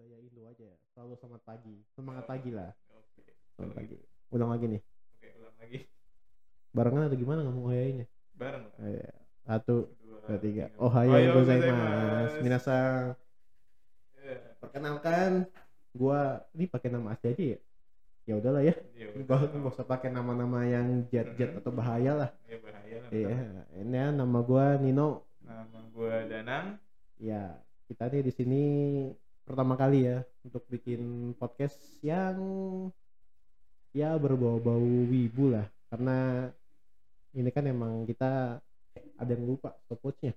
gaya Indo aja ya. Selalu selamat pagi. Semangat pagi lah. Oke. Selamat pagi. Ulang lagi nih. Oke, ulang lagi. Barengan atau gimana ngomong ohayanya? Bareng lah. Iya. Satu, dua, tiga. Ohayo Ohayo gozaimasu. gozaimasu. Minasang. Ya, Perkenalkan, gua ini pakai nama asli aja ya. Ya udahlah ya. ya Gak usah pakai nama-nama yang jet-jet atau bahaya lah. Ya bahaya lah. Iya. Ini ya, nama gua Nino. Nama gua Danang. Ya, kita nih di sini pertama kali ya untuk bikin podcast yang ya berbau-bau wibu lah, karena ini kan emang kita ada yang lupa stopwatchnya.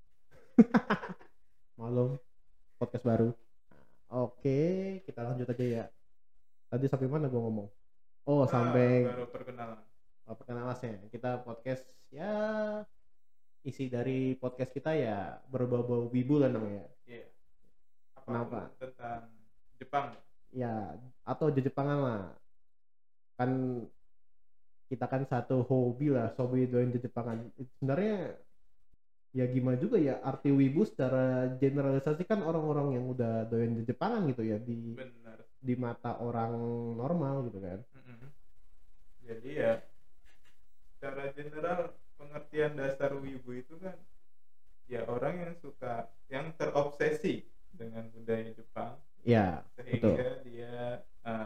Malum podcast baru. Oke, kita lanjut aja ya. Tadi sampai mana gua ngomong? Oh, sampai baru perkenalan. perkenalannya. Kita podcast ya, isi dari podcast kita ya berbau-bau wibu lah namanya. Iya. Kenapa? Tentang Jepang. Ya, atau Jepangan lah. Kan kita kan satu hobi lah, hobi doyan Jepangan. Sebenarnya ya gimana juga ya, arti wibu secara generalisasi kan orang-orang yang udah doyan Jepangan gitu ya Benar. di mata orang normal gitu kan. Jadi ya secara general pengertian dasar wibu itu kan ya orang yang suka, yang terobsesi dengan budaya Jepang. Ya, Sehingga betul. dia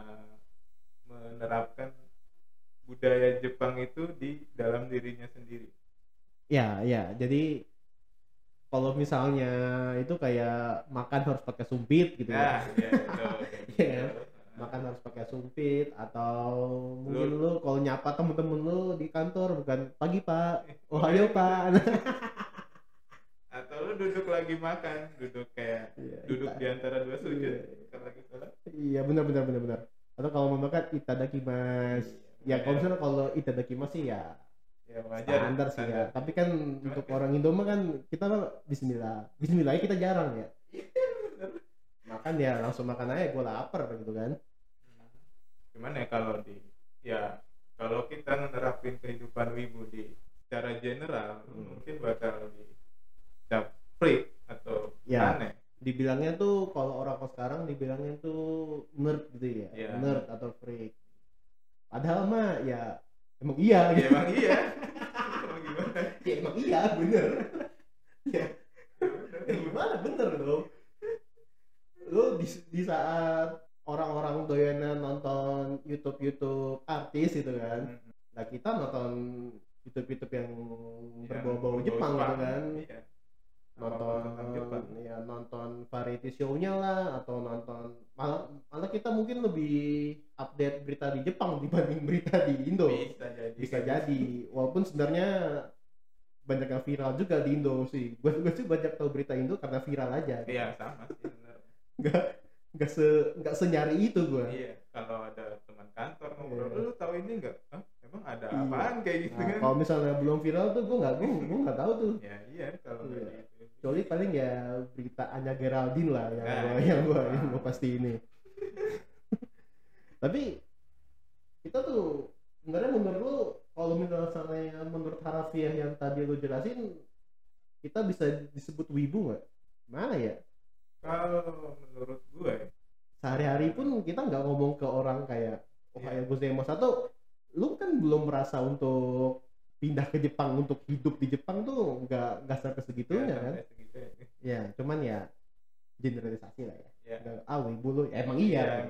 menerapkan budaya Jepang itu di dalam dirinya sendiri. Ya, jadi kalau misalnya itu kayak makan harus pakai sumpit gitu Nah, ya. ya betul. Iya kan? Makan harus pakai sumpit, atau mungkin lu kalau nyapa temen-temen lu di kantor bukan pagi pak, ohayo pak. Atau lu duduk lagi makan, duduk kayak duduk di antara dua sujud. Iya. Kalau lagi sholat. Iya, benar. Atau kalau mau makan itadakimasu. Ya kalau misalnya kalau itadakimasu sih ya Ya wajar. standar sih ya. Tapi kan untuk orang Indo mah kan kita Bismillah kita jarang ya. Makan ya langsung makan aja, gue lapar gitu kan. Gimana ya kalau kita menerapin kehidupan wibu di secara general, mungkin bakal dicap freak atau ya, aneh. Dibilangnya tuh kalau orang sekarang dibilangnya tuh nerd gitu ya. Nerd atau freak. Padahal mah ya emang iya gitu. Ya, emang iya. Emang gimana? Ya emang iya bener. Ya gimana bener dong. Lu di saat orang-orang doyanan nonton YouTube artis gitu kan. Nah kita nonton YouTube yang berbau-bau Jepang gitu kan. Iya. Nonton variety show-nya lah, atau nonton malah kita mungkin lebih update berita di Jepang dibanding berita di Indo. Bisa jadi. Walaupun sebenarnya banyak yang viral juga di Indo sih. Gue sih banyak tahu berita Indo karena viral aja. Iya, sama sih benar. Nggak senyari itu gue. Iya, kalau ada teman kantor ngobrol, lu tahu ini nggak? Emang ada apaan kayak gitu kan? Kalau misalnya belum viral tuh gue nggak tahu tuh. Ya iya, kalau nggak gitu. Kecuali paling ya berita Anya Geraldine lah yang gue pasti ini. Tapi kita tuh sebenarnya menurut lu, kalau misalnya menurut harafiah yang tadi lu jelasin, kita bisa disebut wibu nggak? Mana ya? Kalau menurut gue sehari-hari pun kita nggak ngomong ke orang kayak ohayo gozaimasu, atau lu kan belum merasa untuk pindah ke Jepang untuk hidup di Jepang tuh nggak sampai segitunya kan? Ya cuman ya generalisasi lah ya. Wibu lu emang iya.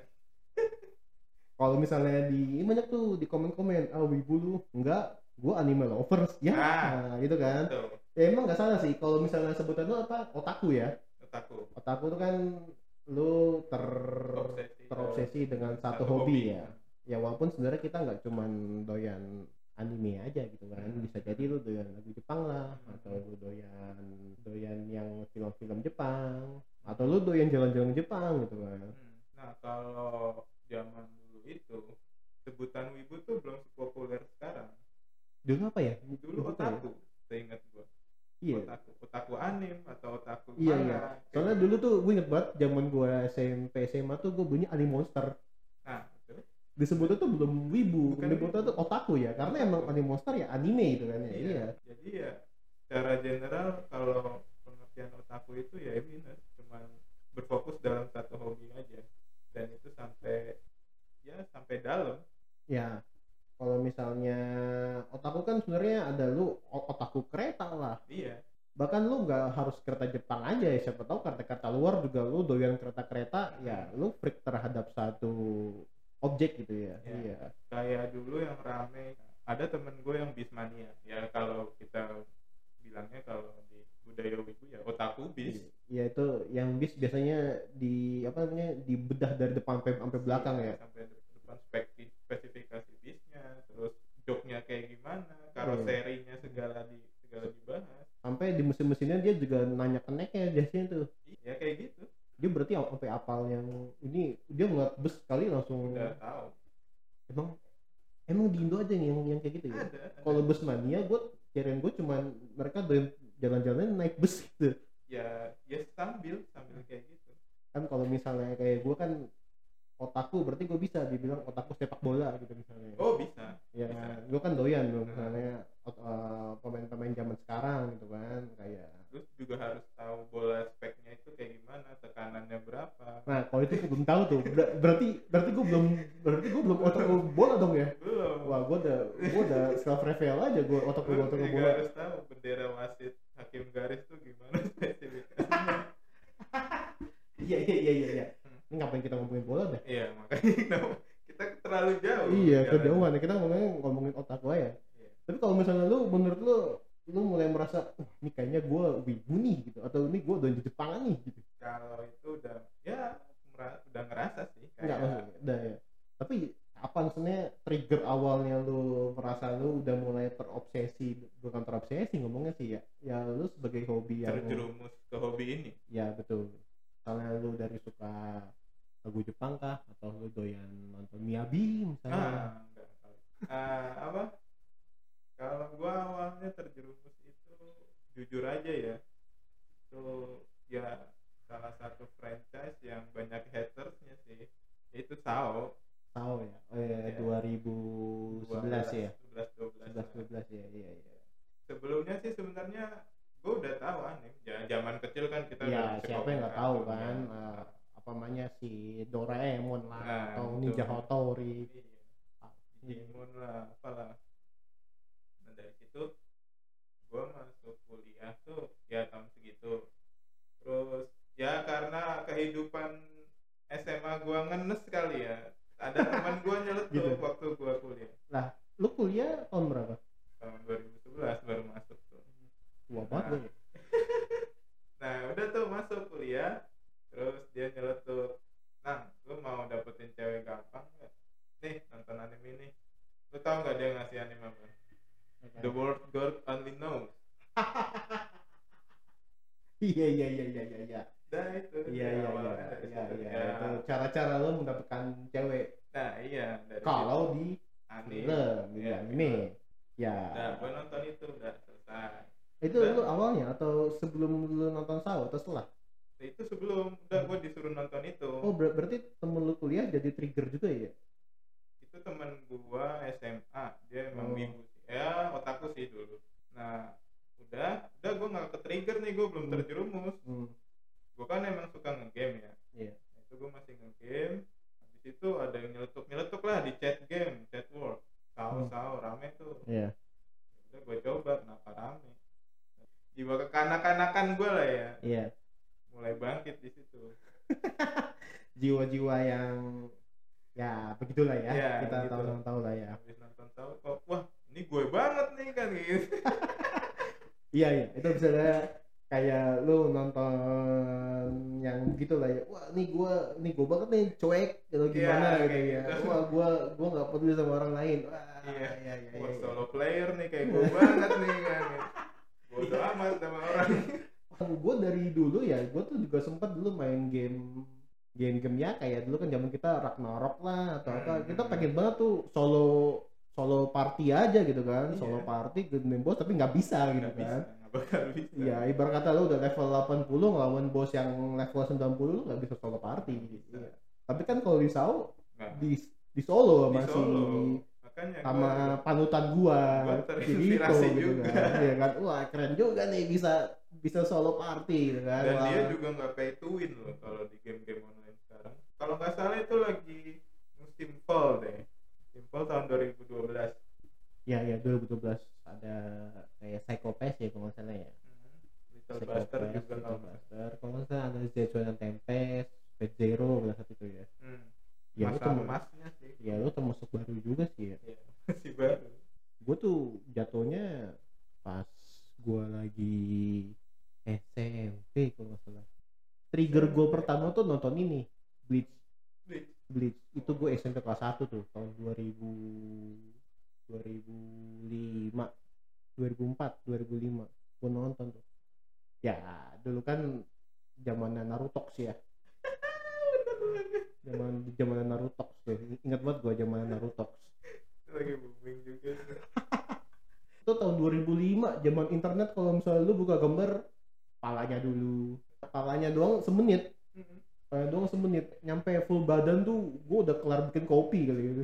Kalau misalnya banyak tuh di komen-komen wibu lu, enggak, gua anime lovers ya. Nah, gitu kan. Betul. Ya emang nggak salah sih kalau misalnya sebutan lu apa, otaku ya. Otaku tuh kan lu terobsesi dengan satu hobi ya. Ya walaupun sebenarnya kita nggak cuman doyan anime aja gitu kan. Bisa jadi lu doyan lagu Jepang lah, atau lu doyan yang film-film Jepang, atau lu doyan jalan-jalan Jepang gitu kan. Nah, kalau zaman dulu itu sebutan wibu tuh belum sepopuler sekarang. Dulu apa ya? Dulu otaku, seingat gua. Iya. Otaku anime atau otaku manga. Iya. Soalnya dulu tuh gue inget banget zaman gue SMP SMA tuh gue bunyi Anime Monster. Nah, betul. Disebutnya tuh belum wibu, disebutnya tuh otaku ya, karena emang Anime Monster ya anime gitu kan ya. Iya. Jadi ya secara general kalau pengertian otaku itu ya ini cuman berfokus dalam satu hobi aja, dan itu sampai dalam. Ya, kalau misalnya otaku kan sebenarnya ada lu otaku kereta lah. Iya. Bahkan lu nggak harus kereta Jepang aja ya, siapa tahu kereta luar juga lu doyan kereta ya, lu freak terhadap satu objek gitu ya. Iya. Kayak dulu yang rame, ada temen gue yang Bismania ya, kalau kita bilangnya kalau di budaya wibu ya otaku bis. Iya, itu yang bis biasanya di apa namanya, dibedah dari depan sampai belakang ya. Sampai depan, spesifikasi bisnya, terus joknya kayak gimana, karoserinya segala dibahas. Sampai di mesin-mesinnya dia juga nanya keneknya biasanya tuh. Ya kayak gitu. Dia berarti sampai apal yang ini, dia ngeliat bus sekali langsung udah tahu. Emang di Indo aja nih yang kayak gitu ya. Kalau bus mania gue kirain gue cuman mereka jalan-jalan naik bus gitu. Ya sambil kayak gitu. Kan kalau misalnya kayak gue kan otaku, berarti gue bisa dibilang otaku sepak bola gitu misalnya. Oh bisa. Ya bisa. Gue kan doyan misalnya pemain-pemain zaman sekarang gitu kan, kayak. Terus juga harus tahu bola speknya itu kayak gimana, tekanannya berapa. Nah kalau itu gue belum tahu tuh. Berarti gue belum otaku bola dong ya. Belum. Wah gue udah self reveal aja gue otaku bola. Harus tahu bendera wasit, hakim garis tuh gimana spesifikasinya. Iya. Ini ngapain kita ngomongin bola dah? Iya, makanya kita terlalu jauh. Iya, kejauhan. Kita ngomongin otaku aja. Iya. Tapi kalau misalnya menurut lu mulai merasa, ini kayaknya gue wibu nih gitu, atau ini gue udah di Jepang nih gitu. Kalau itu udah ngerasa sih. Enggak maksudnya, udah ya. Tapi apa maksudnya trigger awalnya lu merasa lu udah mulai terobsesi, bukan terobsesi ngomongnya sih ya. Ya lu sebagai hobi yang terjerumus ke hobi ini. Ya betul. Misalnya lu dari suka lagu Jepang kah, atau lu doyan nonton Miyabi misalnya? Apa? Kalau gua awalnya terjerumus itu jujur aja ya, itu ya salah satu franchise yang banyak hatersnya sih, yaitu SAO ya. Oh ya, 2011 ya. 11-12 ya. Iya. Sebelumnya sih sebenarnya gua udah tahu anime. Zaman kecil kan kita ya, siapa yang nggak tahu kan. Apa namanya, si Doraemon lah, atau Ninja Hattori, Digimon lah, apalah. Nah dari situ gue masuk kuliah tuh ya tahun segitu. Terus ya karena kehidupan SMA gue ngenes kali ya, ada teman gue nyeletuk gitu. Waktu gue kuliah. Lah, lu kuliah tahun berapa? Tahun 2011 baru masuk tuh. Tua banget. Nah udah tuh masuk kuliah. Terus dia nyeletuk, Nang, lu mau dapetin cewek gampang gak? Nih, nonton anime ini. Lu tau gak dia ngasih anime apa? Okay. The World God Only Knows. Iya. Nah itu. Iya. Itu cara-cara lu mendapatkan cewek. Nah iya. Kalau di anime. Ya. Nah, gue nonton itu udah selesai. Itu lu awalnya atau sebelum lu nonton SAO atau setelah? Itu sebelum, udah gue disuruh nonton itu. Oh berarti temen lu kuliah jadi trigger juga ya? Itu temen gue SMA, dia emang wibu sih, ya otaku sih dulu. Nah udah gue nggak ke trigger nih, gue belum terjerumus. Gue kan emang suka ngegame ya. Iya. Nah, itu gue masih ngegame. Habis itu ada yang nyeletuk lah di chat game, chat world. SAO rame tuh. Iya. Udah gue coba, kenapa rame? Jiwa kekanak-kanakan gue lah ya. Iya. Mulai bangkit di situ. Jiwa-jiwa yang ya begitulah ya, kita gitu. tahu lah ya. Habis nonton tahu kok, wah ini gue banget nih kan gitu. Iya itu bisa kayak lu nonton yang gitulah ya, wah ini gue banget nih, cuek atau gimana gitu ya. Wah gue nggak peduli sama orang lain. Wah iya. Wah solo player nih kayak gue banget nih kan. Bodo amat sama orang. Gue dari dulu ya, gue tuh juga sempat dulu main game ya, kayak dulu kan zaman kita Ragnarok lah atau apa, kita pengen banget tuh solo party aja gitu kan. Solo party game boss, tapi nggak bisa gitu kan. Nggak bakal bisa. Ya ibarat kata lu udah level 80 ngelawan bos yang level 90, lu nggak bisa solo party gitu. Tapi kan kalau di SAO di solo masih sama panutan gua terinspirasi gitu kan. Ya kan, wah keren juga nih bisa bisa solo party gitu kan. Dan dia juga nggak pay to win loh kalau di game-game online sekarang. Kalau nggak salah itu lagi musim fall deh. Musim fall tahun 2012. Ya 2012 ada kayak Psycho Pass ya kalau nggak salah ya. Little Buster juga kalau nggak salah ada Zetsuan Tempest, Pet Zero salah satu itu ya. Ya masa emasnya sih. Ya lu termasuk baru juga sih ya. Iya, masih baru. Gue tuh jatuhnya pas gue lagi SMP kalau nggak salah. Trigger gue pertama tuh nonton ini Bleach. Itu gue SMP kelas 1 tuh tahun 2005 gue nonton tuh. Ya dulu kan zamannya Naruto sih ya. Zaman Naruto tuh. Ingat banget gue zaman Naruto. Lagi booming juga. Itu tahun 2005 zaman internet, kalau misalnya lu buka gambar palanya doang semenit. Nyampe full badan tuh gue udah kelar bikin kopi kali gitu.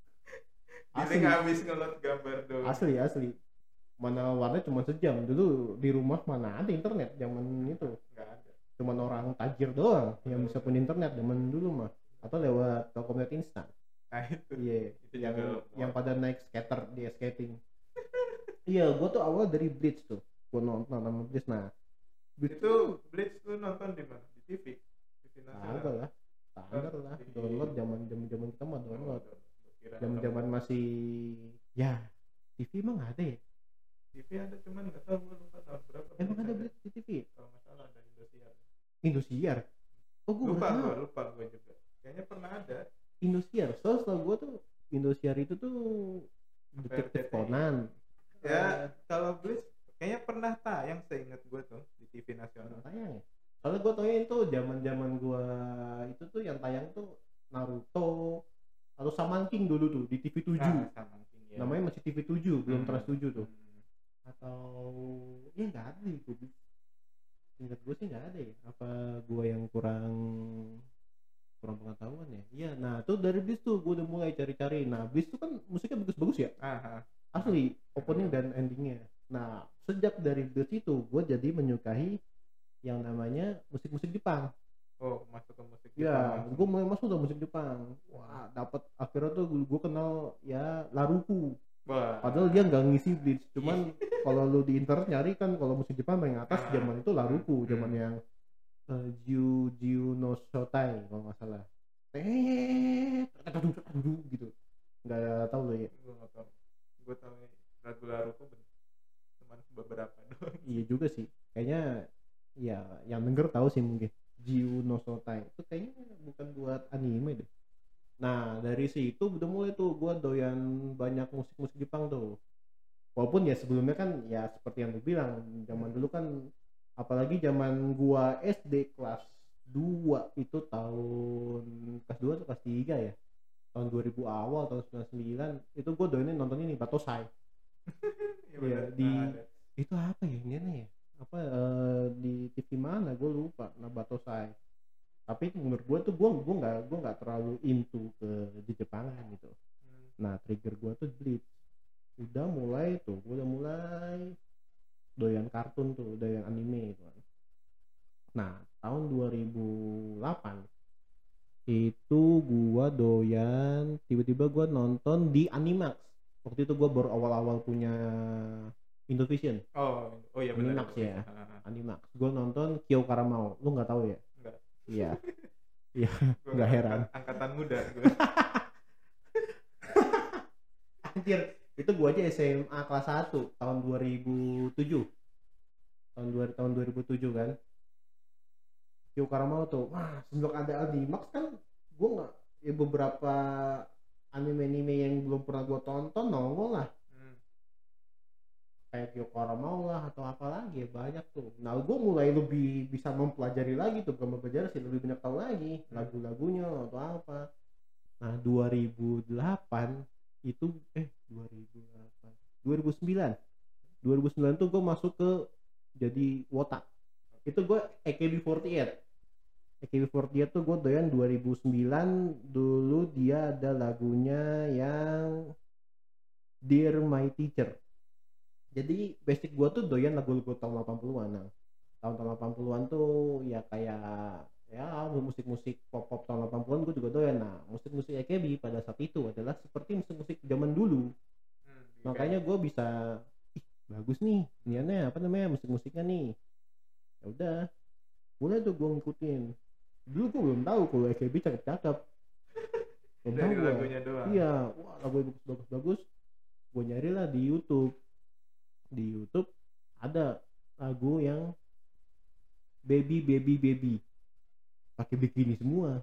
Asli habis ngelot gambar doang. Asli. Mana warnanya cuma sejam. Dulu di rumah mana ada internet zaman itu. Nggak ada. Cuman orang tajir doang yang bisa punya internet zaman dulu mah. Atau lewat Telkomnet instan. Nah itu. Iya. Yang pada naik skater dia skating. Iya, gue tuh awal dari Bleach tuh. Gue nonton Bleach. Nah, Bleach lu nonton di mana? Di TV? Ada lah. Standar lah. Download zaman kita mah download. Zaman masih ya TV emang ada ya? TV ada, cuman nggak tahu gue lupa tahun berapa. Emang ada Bleach di TV? Kalau nggak salah ada Indosiar. Oh, gue lupa gue juga. Kayaknya pernah ada. Indosiar. Setahu gue tuh Indosiar itu tuh Detektif Conan. Ya, kalau Bleach kayaknya pernah tayang, seingat gue tuh di TV nasional. Tayang ya? Soalnya gue taunya itu zaman gue itu tuh yang tayang tuh Naruto atau Shaman King dulu tuh di TV 7. Shaman King, ya. Namanya masih TV 7, belum Trans 7 tuh. Atau ya nggak ada itu. Ingat gue sih nggak ada ya. Apa gue yang kurang pengetahuan ya? Iya, nah tuh dari Bleach tuh gue udah mulai cari-cari. Nah, Bleach tuh kan musiknya bagus-bagus ya. Asli, opening dan endingnya. Nah, sejak dari Bleach itu gue jadi menyukai yang namanya musik-musik Jepang. Oh, masuk ke musik Jepang. Ya, gue mulai masuk ke musik Jepang. Wah, dapat akhirnya tuh gue kenal ya Laruku. Wah. Padahal dia nggak ngisi Bleach, cuman kalau lu di internet nyari kan kalau musik Jepang paling atas zaman itu Laruku, zaman yang Jiu no Shotai kalau nggak salah. Gitu. Nggak tahu lo ya. Gue nggak tahu. Gue tahu lagu Laruku cuma beberapa doang. Iya juga sih. Kayaknya ya yang denger tahu sih mungkin. Jiu no Shotai itu kayaknya bukan buat anime deh. Nah dari situ udah mulai tuh gue doyan banyak musik-musik Jepang tuh. Walaupun ya sebelumnya kan ya seperti yang lu bilang, zaman dulu kan apalagi zaman gua SD kelas 2 itu tahun kelas 2 atau kelas 3 ya. Tahun 2000 awal, tahun 99 itu gua doyanin nonton ini Batosai. Ya, itu apa ya ini ya? Apa di TV mana gua lupa. Nah Batosai. Tapi menurut gue tuh gue nggak terlalu into di Jepangan gitu. Nah trigger gue tuh Bleach. Udah mulai doyan kartun tuh, doyan anime gitu. Nah tahun 2008 itu gue doyan, tiba-tiba gue nonton di Animax. Waktu itu gue baru awal-awal punya Indovision. Oh iya Animax ya. Animax. Gue nonton Kyo Karamao. Lu nggak tahu ya? Iya, nggak heran. Angkatan muda gue. Anjir, itu gue aja SMA kelas 1 tahun 2007. Tahun 2007 kan. Kyo Karamao tuh, wah sejak ada Animax kan, gue nggak, ya beberapa anime-anime yang belum pernah gue tonton nongol lah. Kayak Kyo Karamao lah atau apa lagi, banyak tuh. Nah gue mulai lebih bisa mempelajari lagi tuh, bukan mempelajari sih, lebih banyak tahu lagi lagu-lagunya atau apa. Nah 2008 itu 2009 tuh gue masuk ke jadi wota. Itu gue AKB48 tuh gue doyan 2009. Dulu dia ada lagunya yang Dear My Teacher. Jadi basic gue tuh doyan lagu-lagu tahun 80-an. tahun-tahun 80-an tuh ya kayak ya musik-musik pop-pop tahun 80-an gue juga doyan. Nah musik-musik AKB pada saat itu adalah seperti musik-musik zaman dulu. Makanya gue bisa bagus nih niannya apa namanya musik-musiknya nih. Ya udah mulai tuh gue ngikutin. Dulu gue belum tahu kalau AKB cakep-cakep. Belum tahu gue. Lagunya doang. Iya, wah lagu bagus-bagus. Gue nyari lah di YouTube. Di YouTube ada lagu yang baby pakai bikini semua.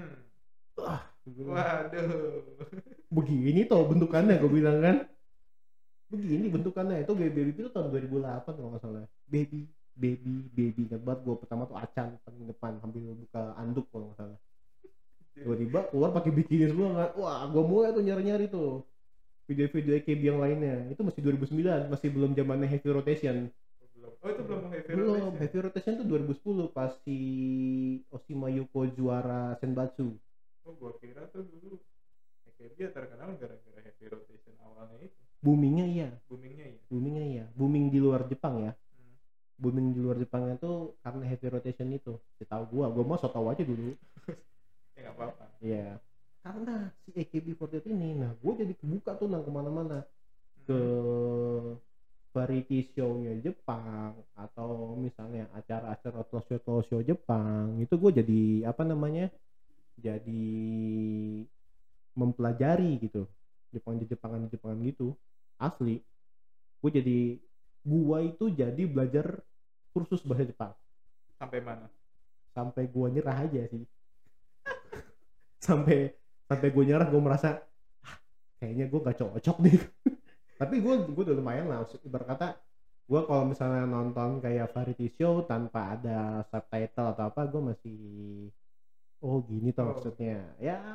Waduh. Begini toh bentukannya gue bilang kan. Begini bentukannya itu baby itu tahun 2008 kalau nggak salah. Baby ingat banget gue pertama tuh acan paling depan sambil buka anduk kalau nggak salah. Tiba-tiba keluar pakai bikini semua kan. Wah gue mulai tuh nyari-nyari tuh video-video AKB yang lainnya. Itu masih 2009, masih belum zamannya Heavy Rotation. Oh itu belum Heavy Rotation? Belum, Heavy Rotation tuh 2010 pas si Oshima Yuko juara Senbatsu. Oh gua kira tuh dulu AKB terkenal gara-gara Heavy Rotation awalnya itu. Boomingnya iya. Booming di luar Jepang ya. Booming di luar Jepangnya tuh karena Heavy Rotation itu. Setahu gua mau so tau aja dulu. Ya nggak apa-apa. Iya. Karena si AKB48 ini, nah gue jadi kebuka tuh nang kemana-mana ke variety show-nya Jepang atau misalnya acara-acara talk show Jepang itu gue jadi apa namanya jadi mempelajari gitu Jepangan gitu asli gue itu jadi belajar kursus bahasa Jepang. Sampai mana? Sampai gue nyerah aja sih. sampai gue nyerah, gue merasa kayaknya gue gak cocok nih. Tapi gue udah lumayan lah, ibarat kata gue kalau misalnya nonton kayak variety show tanpa ada subtitle atau apa, gue masih gini toh maksudnya ya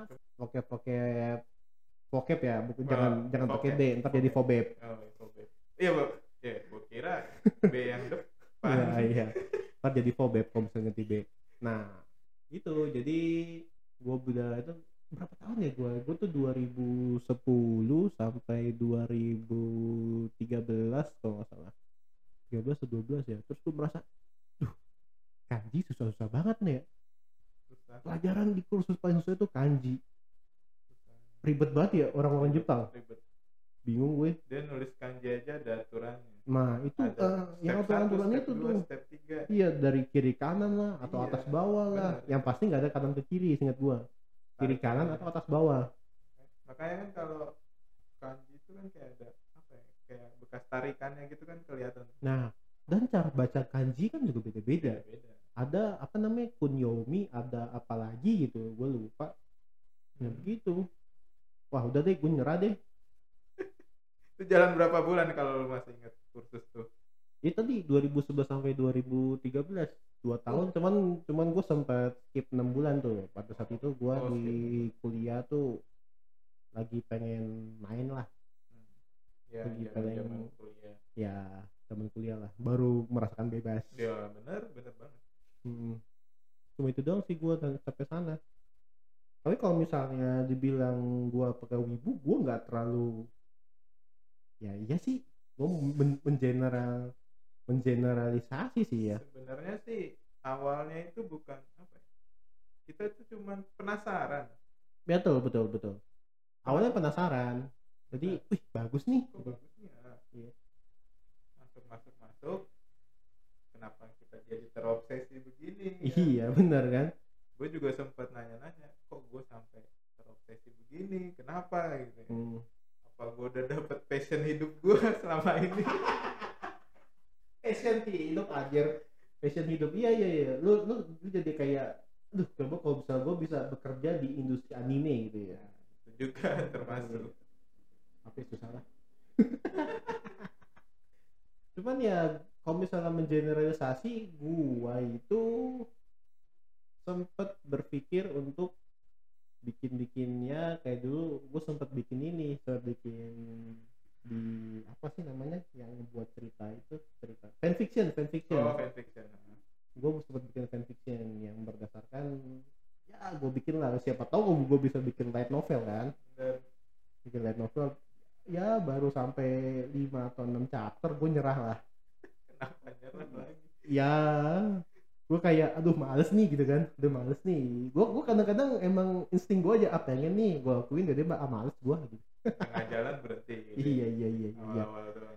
vocab ya, jangan pakai B, ntar jadi fobeb. Iya bu, gue kira B yang depan. Iya, ntar jadi fobeb kalau misalnya ngerti B. Nah itu jadi gue udah itu berapa tahun ya gue tuh 2010 sampai 2013 kalau nggak salah 13 atau 12 ya. Terus gue merasa kanji susah banget nih ya. Pelajaran di kursus paling susah itu kanji. Ribet banget ya orang-orang Jepang. Bingung gue. Dia nulis kanji aja ada aturannya. Nah itu yang aturan itu tuh step 3. Iya dari kiri kanan lah atau atas bawah lah. Yang pasti nggak ada kanan ke kiri seingat gue. Kiri kanan atau atas bawah. Makanya kan kalau kanji itu kan kayak ada apa ya, kayak bekas tarikannya gitu kan kelihatan. Nah dan cara baca kanji kan juga beda-beda. Ada apa namanya kunyomi, ada apa lagi gitu gue lupa. Ya begitu. Wah udah deh gue nyerah deh. Itu jalan berapa bulan kalau lu masih ingat kursus tuh? Itu tadi 2011 sampai 2013 2 tahun. Cuman gue sempat skip 6 bulan tuh. Pada saat itu gue di kuliah tuh lagi pengen main lah. Lagi pengen kuliah. Ya temen kuliah lah. Baru merasakan bebas. Ya bener banget. Cuma itu doang sih gue sampai sana. Tapi kalau misalnya dibilang gue pakai wibu, gue nggak terlalu. Ya iya sih, gue mengeneralisasi sih ya. Sebenarnya sih awalnya itu bukan apa ya, kita itu cuma penasaran. Betul. Awalnya penasaran. Jadi, bagus nih. Kok bagus nih ya. Iya. Masuk. Kenapa kita jadi terobsesi begini? Iya, benar kan? Gue juga sempat nanya-nanya, kok gue sampai terobsesi begini? Kenapa gitu ya? Apa gue udah dapet passion hidup gue selama ini? Passion hidup iya. Lu jadi kayak coba kalau misalnya gue bisa bekerja di industri anime gitu ya. Itu juga termasuk. Tapi susah lah. Cuman ya kalau misalnya mengeneralisasi, gua itu sempet berpikir untuk bikinnya kayak dulu. Gue sempet bikin di apa sih namanya yang buat cerita fanfiction. Gue sempet bikin fanfiction yang berdasarkan ya gue bikin lah, siapa tahu gue bisa bikin light novel kan. Bikin light novel ya baru sampai 5 atau 6 chapter gue nyerah lah. Kenapa nyerah lagi? Ya, gue kayak aduh males nih gitu kan, udah males nih. Gue kadang-kadang emang insting gue aja pengen nih gue lakuin, jadi males gue gitu. Tengah jalan berarti gitu. Iya. Awal-awal doang.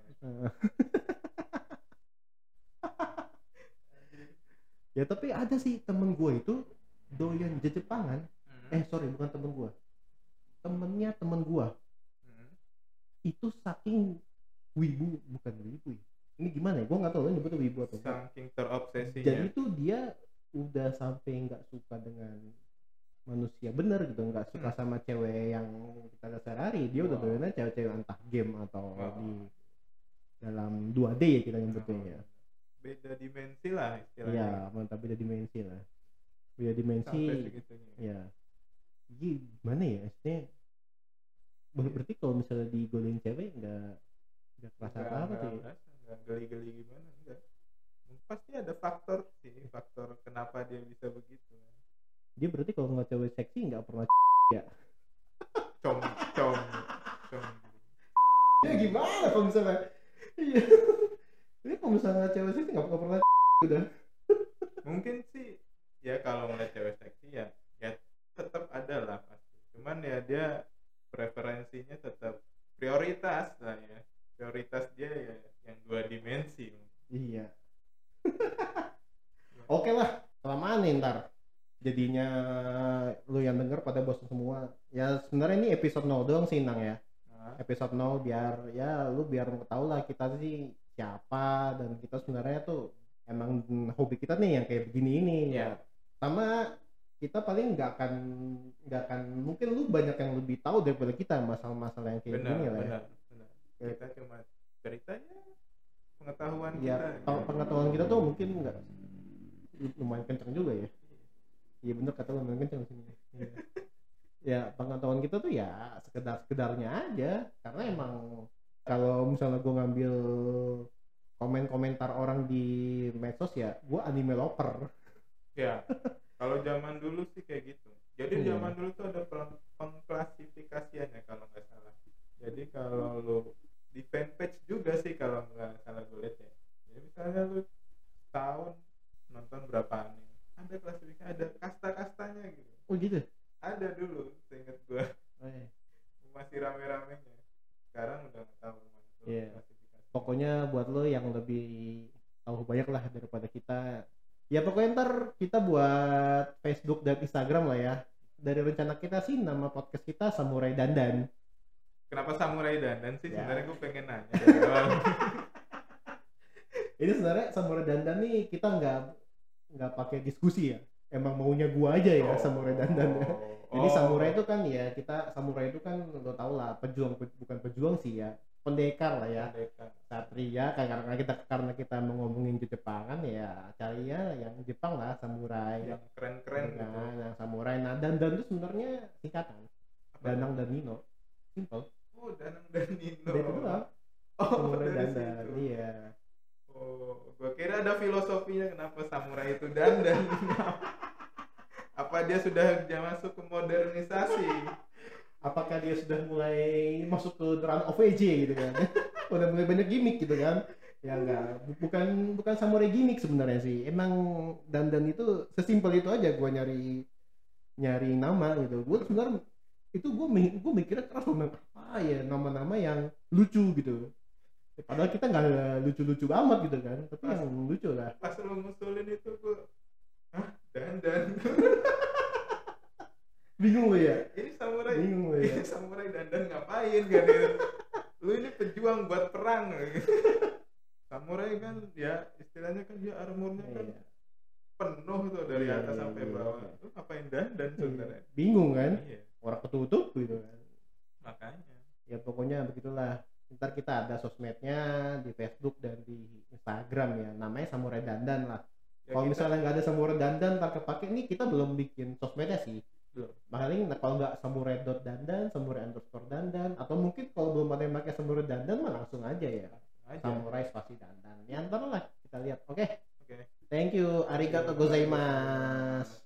Ya tapi ada sih temen gue itu doyan Jepangan. Sorry, bukan temen gue, temennya temen gue. Itu saking wibu, bukan wibu ya, ini gimana ya, gue nggak tahu lo nyebutnya wibu atau saking terobsesinya. Jadi itu dia udah sampai nggak suka dengan manusia bener gitu, nggak suka sama cewek yang kita lihat sehari-hari. Dia udah doyannya cewek-cewek entah game atau di dalam 2D ya kita nyebutnya. Beda dimensi lah istilahnya. Iya, mantap, beda dimensi lah. Beda dimensi. Ya. Gimana ya? Maksudnya berarti kalau misalnya digodain cewek nggak kerasa apa tuh ya? Nggak geli-geli gimana, enggak. Pasti ada faktor kenapa dia bisa begitu. Dia berarti kalau nggak cewek seksi nggak pernah ya? Com. Ya gimana kalau misalnya? Iya. Ini kalau misalnya cewek seksi nggak pernah udah. Mungkin sih ya kalau ngeliat cewek seksi ya tetap ada lah pasti. Cuman ya dia preferensinya tetap prioritas lah ya. Prioritas dia ya yang 2 dimensi. Iya. Oke lah, kelamaan nih ntar. Jadinya lu yang denger pada bosan semua. Ya sebenarnya ini episode 0 doang sih Nang ya. Episode 0 biar tahu lah kita sih siapa, dan kita sebenarnya tuh emang hobi kita nih yang kayak begini ini. Ya. Sama kita paling nggak akan mungkin lu banyak yang lebih tahu daripada kita masalah-masalah yang kayak gini lah ya. Benar. Kita cuma ceritanya pengetahuan ya, kita. Pengetahuan kita tuh mungkin nggak lumayan kencang juga ya. Iya bener kata lu, lumayan kencang sini. Ya pengetahuan kita tuh ya sekedarnya aja, karena emang kalau misalnya gue ngambil komentar orang di medsos ya, gue anime lover. Ya. Kalau zaman dulu sih kayak gitu. Jadi zaman dulu tuh ada pengklasifikasiannya kalau nggak salah. Jadi kalau lu di fanpage juga sih kalau nggak salah gue lihat ya. Jadi misalnya lu tahun nonton berapa anime, ada klasifikasi, ada kasta-kastanya gitu. Oh gitu? Ada dulu, seingat gue. Masih rame-ramenya. Sekarang udah nggak tahu klasifikasi. Pokoknya buat lo yang lebih tahu banyak lah daripada kita. Ya pokoknya ntar kita buat Facebook dan Instagram lah ya. Dari rencana kita sih nama podcast kita Samurai Dandan. Kenapa Samurai Dandan sih? Sebenarnya gue pengen nanya. Ini sebenarnya Samurai Dandan nih kita nggak pakai diskusi ya. Emang maunya gua aja ya Samurai Dandan ya. Jadi samurai itu kan ya, samurai itu kan lo tau lah, bukan pejuang sih ya, pendekar lah ya. Satria, karena kita mau ngomongin Jepangan ya cari ya yang Jepang lah, samurai yang keren-keren gitu. Yang samurai. Nah Dandan itu sebenarnya singkatan Danang dan Nino, simple. Danang dan Nino. Itu lah. Samurai Dandan. Iya. Gua kira ada filosofinya kenapa samurai itu dandan. Apa dia sudah masuk ke modernisasi? Apakah dia sudah mulai masuk ke run of AJ gitu kan? Udah mulai banyak gimmick gitu kan? Ya enggak, bukan samurai gimmick sebenarnya sih. Emang dandan itu sesimpel itu aja. Gua nyari nama gitu. Gua sebenarnya itu gua mikirnya keras loh, apa ya nama-nama yang lucu gitu. Padahal kita nggak lucu-lucu amat gitu kan, tapi yang lucu lah. Pas lu ngusulin itu gua, dandan. Bingung lo ya? Ini samurai. Bingung lo ya? Ini samurai dandan ngapain kan? Lu ini pejuang buat perang. Samurai kan ya istilahnya kan dia armornya kan penuh tuh dari atas sampai bawah. Lu ngapain dandan sebenarnya? Bingung kan? Orang ketutup gitu kan. Makanya. Ya pokoknya begitulah. Ntar kita ada sosmednya di Facebook dan di Instagram ya, namanya Samurai Dandan lah. Ya, kalau misalnya nggak ada Samurai Dandan ntar kepake nih, kita belum bikin sosmednya sih. Belum. Paling kalau nggak samurai.dandan, samurai_dandan, atau mungkin kalau belum ada yang pakai Samurai Dandan mah langsung aja ya. Samurai spasi dandan. Ya ntar lah kita lihat. Oke. Thank you. Arigatou gozaimasu.